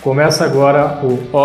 Começa agora o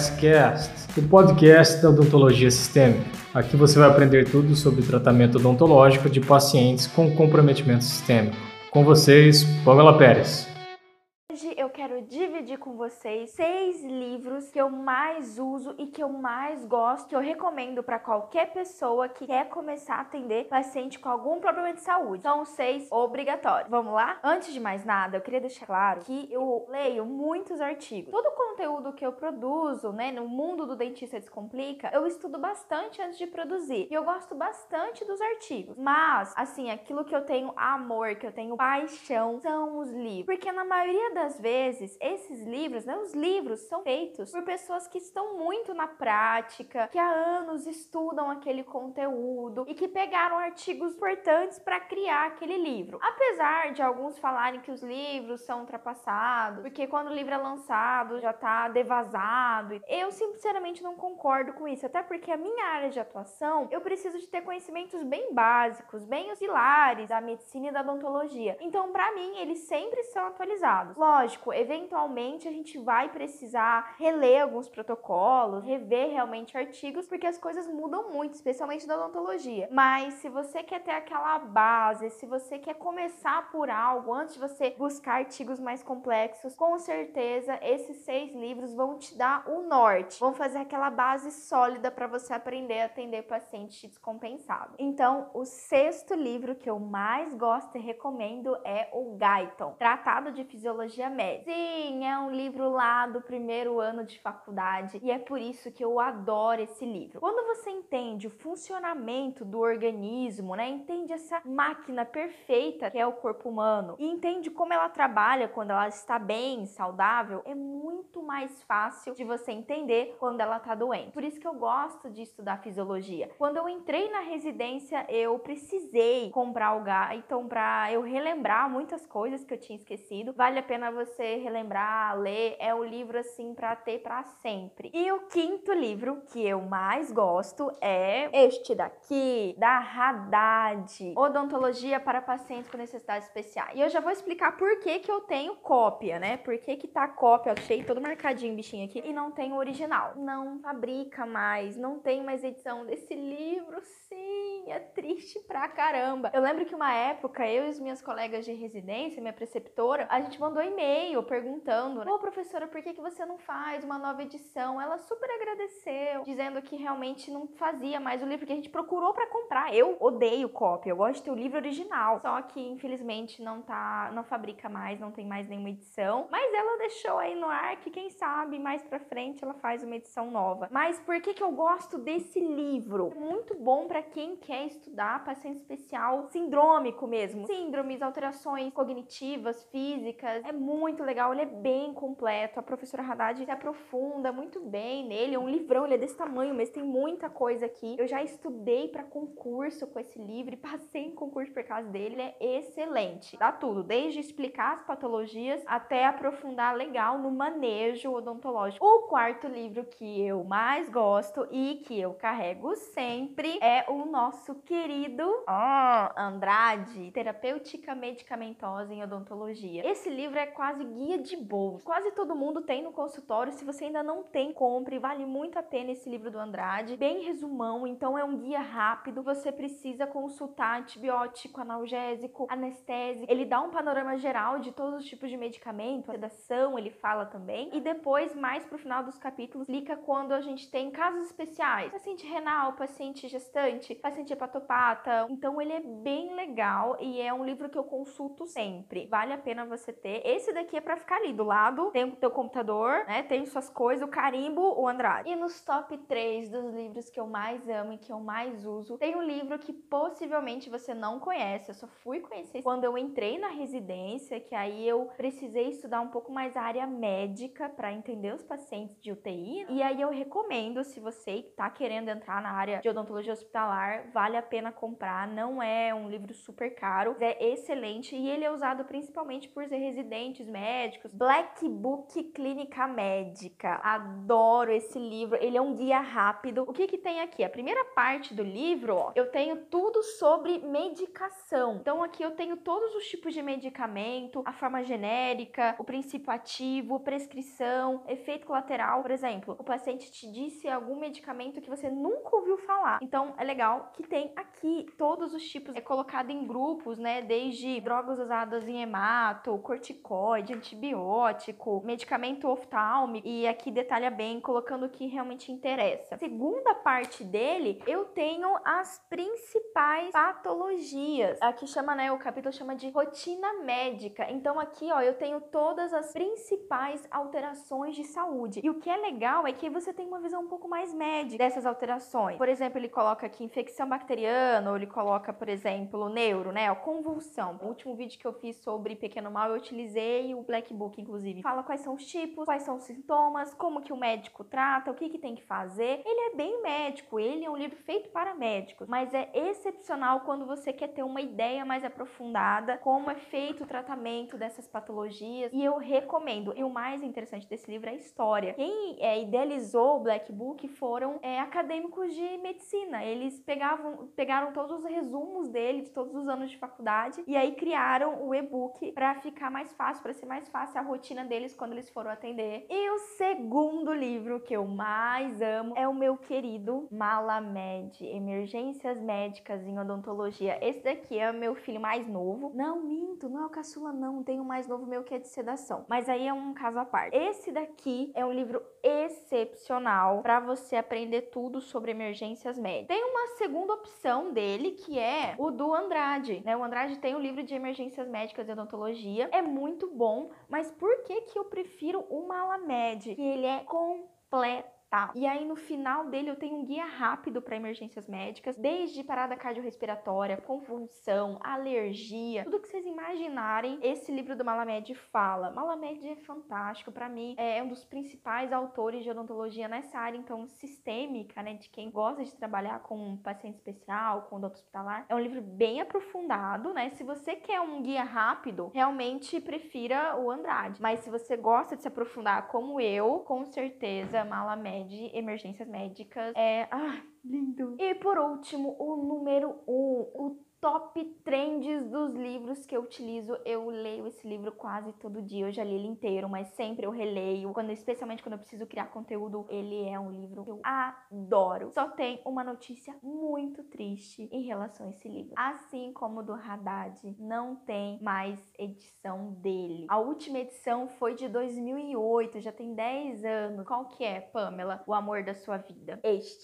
OSCast, o podcast da odontologia sistêmica. Aqui você vai aprender tudo sobre o tratamento odontológico de pacientes com comprometimento sistêmico. Com vocês, Pamela Pérez. Hoje eu quero dividir com vocês 6 livros que eu mais uso e que eu mais gosto, que eu recomendo para qualquer pessoa que quer começar a atender paciente com algum problema de saúde. São 6 obrigatórios. Vamos lá? Antes de mais nada, eu queria deixar claro que eu leio muitos artigos. Todo o conteúdo que eu produzo, no mundo do Dentista Descomplica, eu estudo bastante antes de produzir. E eu gosto bastante dos artigos. Mas, assim, aquilo que eu tenho amor, que eu tenho paixão, são os livros. Porque na maioria das vezes, esses livros, os livros são feitos por pessoas que estão muito na prática, que há anos estudam aquele conteúdo e que pegaram artigos importantes para criar aquele livro. Apesar de alguns falarem que os livros são ultrapassados, porque quando o livro é lançado já tá devasado, eu sinceramente não concordo com isso, até porque a minha área de atuação, eu preciso de ter conhecimentos bem básicos, bem os pilares da medicina e da odontologia. Então, para mim, eles sempre são atualizados. Lógico, eventualmente a gente vai precisar reler alguns protocolos, rever realmente artigos, porque as coisas mudam muito, especialmente na odontologia. Mas se você quer ter aquela base, se você quer começar por algo antes de você buscar artigos mais complexos, com certeza esses 6 livros vão te dar o norte, vão fazer aquela base sólida para você aprender a atender paciente descompensado. Então, o 6º livro que eu mais gosto e recomendo é o Guyton, Tratado de Fisiologia Médica. Sim, é um livro lá do primeiro ano de faculdade e é por isso que eu adoro esse livro. Quando você entende o funcionamento do organismo, entende essa máquina perfeita que é o corpo humano e entende como ela trabalha quando ela está bem, saudável, é muito mais fácil de você entender quando ela está doente. Por isso que eu gosto de estudar fisiologia. Quando eu entrei na residência, eu precisei comprar o Guyton para eu relembrar muitas coisas que eu tinha esquecido. Vale a pena você relembrar, ler, é um livro assim para ter para sempre. E o 5º livro que eu mais gosto é este daqui, da Haddad, Odontologia para Pacientes com Necessidades Especiais. E eu já vou explicar por que que eu tenho cópia, Por que que tá cópia, eu achei todo marcadinho bichinho aqui, e não tem o original. Não fabrica mais, não tem mais edição desse livro, sim, é triste pra caramba. Eu lembro que uma época, eu e as minhas colegas de residência, minha preceptora, a gente mandou e-mail perguntando, ô professora, por que que você não faz uma nova edição? Ela super agradeceu, dizendo que realmente não fazia mais o livro, que a gente procurou pra comprar. Eu odeio cópia, eu gosto de ter o livro original, só que infelizmente não fabrica mais, não tem mais nenhuma edição, mas ela deixou aí no ar que quem sabe mais pra frente ela faz uma edição nova. Mas por que que eu gosto desse livro? É muito bom pra quem quer estudar paciente especial sindrômico mesmo, síndromes, alterações cognitivas, físicas, é muito legal, ele é bem completo, a professora Haddad se aprofunda muito bem nele, é um livrão, ele é desse tamanho, mas tem muita coisa aqui. Eu já estudei para concurso com esse livro e passei em concurso por causa dele, ele é excelente, dá tudo, desde explicar as patologias até aprofundar legal no manejo odontológico. O 4º livro que eu mais gosto e que eu carrego sempre é o nosso querido Andrade, Terapêutica Medicamentosa em Odontologia. Esse livro é quase guia de bolso. Quase todo mundo tem no consultório. Se você ainda não tem, compre. Vale muito a pena esse livro do Andrade. Bem resumão, então é um guia rápido. Você precisa consultar antibiótico, analgésico, anestésico. Ele dá um panorama geral de todos os tipos de medicamento, a sedação, ele fala também. E depois, mais pro final dos capítulos, explica quando a gente tem casos especiais. Paciente renal, paciente gestante, paciente hepatopata. Então ele é bem legal e é um livro que eu consulto sempre. Vale a pena você ter. Esse daqui é pra ficar ali do lado, tem o teu computador, tem suas coisas, o carimbo, o Andrade. E nos top 3 dos livros que eu mais amo e que eu mais uso, tem um livro que possivelmente você não conhece. Eu só fui conhecer quando eu entrei na residência, que aí eu precisei estudar um pouco mais a área médica para entender os pacientes de UTI. E aí eu recomendo, se você tá querendo entrar na área de odontologia hospitalar, vale a pena comprar. Não é um livro super caro, é excelente e ele é usado principalmente por residentes médicos, médicos. Black Book Clínica Médica. Adoro esse livro, ele é um guia rápido. O que que tem aqui? A primeira parte do livro, ó, eu tenho tudo sobre medicação. Então aqui eu tenho todos os tipos de medicamento, a forma genérica, o princípio ativo, prescrição, efeito colateral. Por exemplo, o paciente te disse algum medicamento que você nunca ouviu falar. Então é legal que tem aqui todos os tipos, é colocado em grupos, né? Desde drogas usadas em hemato, corticoide, antibiótico, medicamento oftálmico, e aqui detalha bem, colocando o que realmente interessa. Segunda parte dele, eu tenho as principais patologias. Aqui chama, né, o capítulo chama de rotina médica. Então aqui, ó, eu tenho todas as principais alterações de saúde. E o que é legal é que você tem uma visão um pouco mais médica dessas alterações. Por exemplo, ele coloca aqui infecção bacteriana, ou ele coloca, por exemplo, neuro, né, ó, convulsão. No último vídeo que eu fiz sobre pequeno mal, eu utilizei o Black Book, inclusive. Fala quais são os tipos, quais são os sintomas, como que o médico trata, o que que tem que fazer. Ele é bem médico, ele é um livro feito para médicos, mas é excepcional quando você quer ter uma ideia mais aprofundada como é feito o tratamento dessas patologias, e eu recomendo. E o mais interessante desse livro é a história. Quem idealizou o Black Book foram acadêmicos de medicina. Eles pegaram todos os resumos dele de todos os anos de faculdade e aí criaram o e-book para ficar mais fácil, para ser mais fácil a rotina deles quando eles foram atender. E o segundo livro que eu mais amo é o meu querido Malamed, Emergências Médicas em Odontologia. Esse daqui é o meu filho mais novo. Não, minto, não é o caçula não, tem um mais novo meu que é de sedação, mas aí é um caso à parte. Esse daqui é um livro excepcional para você aprender tudo sobre emergências médicas. Tem uma segunda opção dele, que é o do Andrade, né? O Andrade tem o livro de emergências médicas e odontologia, é muito bom, mas por que que eu prefiro o Malamed? Que ele é completo. Tá. E aí no final dele eu tenho um guia rápido para emergências médicas, desde parada cardiorrespiratória, convulsão, alergia, tudo que vocês imaginarem, esse livro do Malamed fala. Malamed é fantástico, para mim é um dos principais autores de odontologia nessa área, então sistêmica, né, de quem gosta de trabalhar com um paciente especial, com odonto hospitalar. É um livro bem aprofundado, né? Se você quer um guia rápido, realmente prefira o Andrade. Mas se você gosta de se aprofundar como eu, com certeza Malamed de emergências médicas lindo. E por último, o número 1, o top trends dos livros que eu utilizo. Eu leio esse livro quase todo dia, eu já li ele inteiro, mas sempre eu releio, especialmente quando eu preciso criar conteúdo. Ele é um livro que eu adoro. Só tem uma notícia muito triste em relação a esse livro. Assim como o do Haddad, não tem mais edição dele. A última edição foi de 2008, já tem 10 anos. Qual que é, Pamela, o amor da sua vida?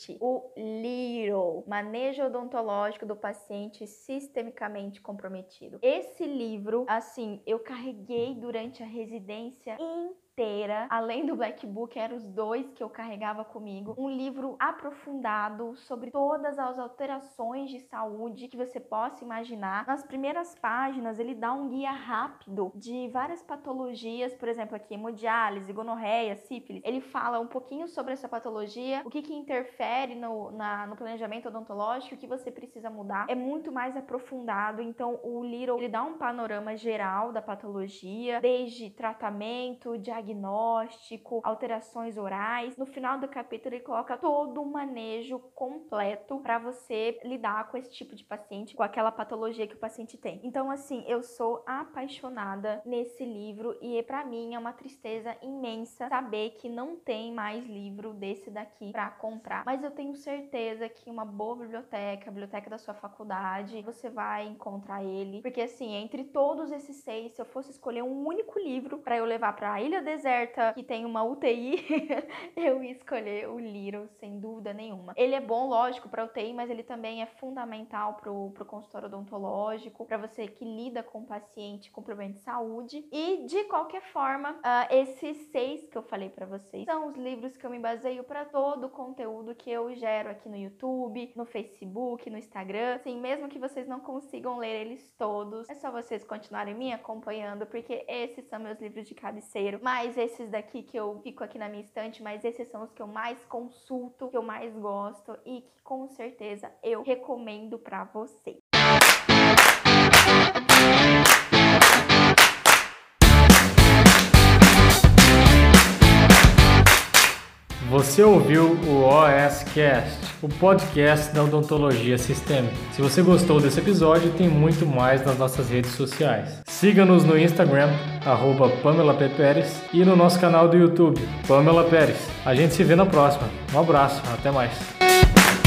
O Little, Manejo Odontológico do Paciente Sistemicamente Comprometido. Esse livro, assim, eu carreguei durante a residência inteira, além do Black Book, eram os dois que eu carregava comigo. Um livro aprofundado sobre todas as alterações de saúde que você possa imaginar. Nas primeiras páginas, ele dá um guia rápido de várias patologias, por exemplo, aqui, hemodiálise, gonorreia, sífilis. Ele fala um pouquinho sobre essa patologia, o que interfere no planejamento odontológico, o que você precisa mudar. É muito mais aprofundado, então o Little, ele dá um panorama geral da patologia, desde tratamento, diagnóstico, alterações orais. No final do capítulo, ele coloca todo um manejo completo para você lidar com esse tipo de paciente, com aquela patologia que o paciente tem. Então, assim, eu sou apaixonada nesse livro e para mim é uma tristeza imensa saber que não tem mais livro desse daqui para comprar. Mas eu tenho certeza que uma boa biblioteca, a biblioteca da sua faculdade, você vai encontrar ele, porque assim, entre todos esses 6, se eu fosse escolher um único livro para eu levar para a Ilha Deserta, que tem uma UTI, eu ia escolher o Little, sem dúvida nenhuma. Ele é bom, lógico, para UTI, mas ele também é fundamental pro consultório odontológico, para você que lida com o paciente com problema de saúde. E, de qualquer forma, esses 6 que eu falei para vocês são os livros que eu me baseio para todo o conteúdo que eu gero aqui no YouTube, no Facebook, no Instagram. Assim, mesmo que vocês não consigam ler eles todos, é só vocês continuarem me acompanhando, porque esses são meus livros de cabeceiro. Mas esses daqui que eu fico aqui na minha estante, mas esses são os que eu mais consulto, que eu mais gosto e que com certeza eu recomendo para vocês. Você ouviu o OSCast, o podcast da odontologia sistêmica. Se você gostou desse episódio, tem muito mais nas nossas redes sociais. Siga-nos no Instagram, @PamelaPPeres, e no nosso canal do YouTube, Pamela Pérez. A gente se vê na próxima. Um abraço, até mais.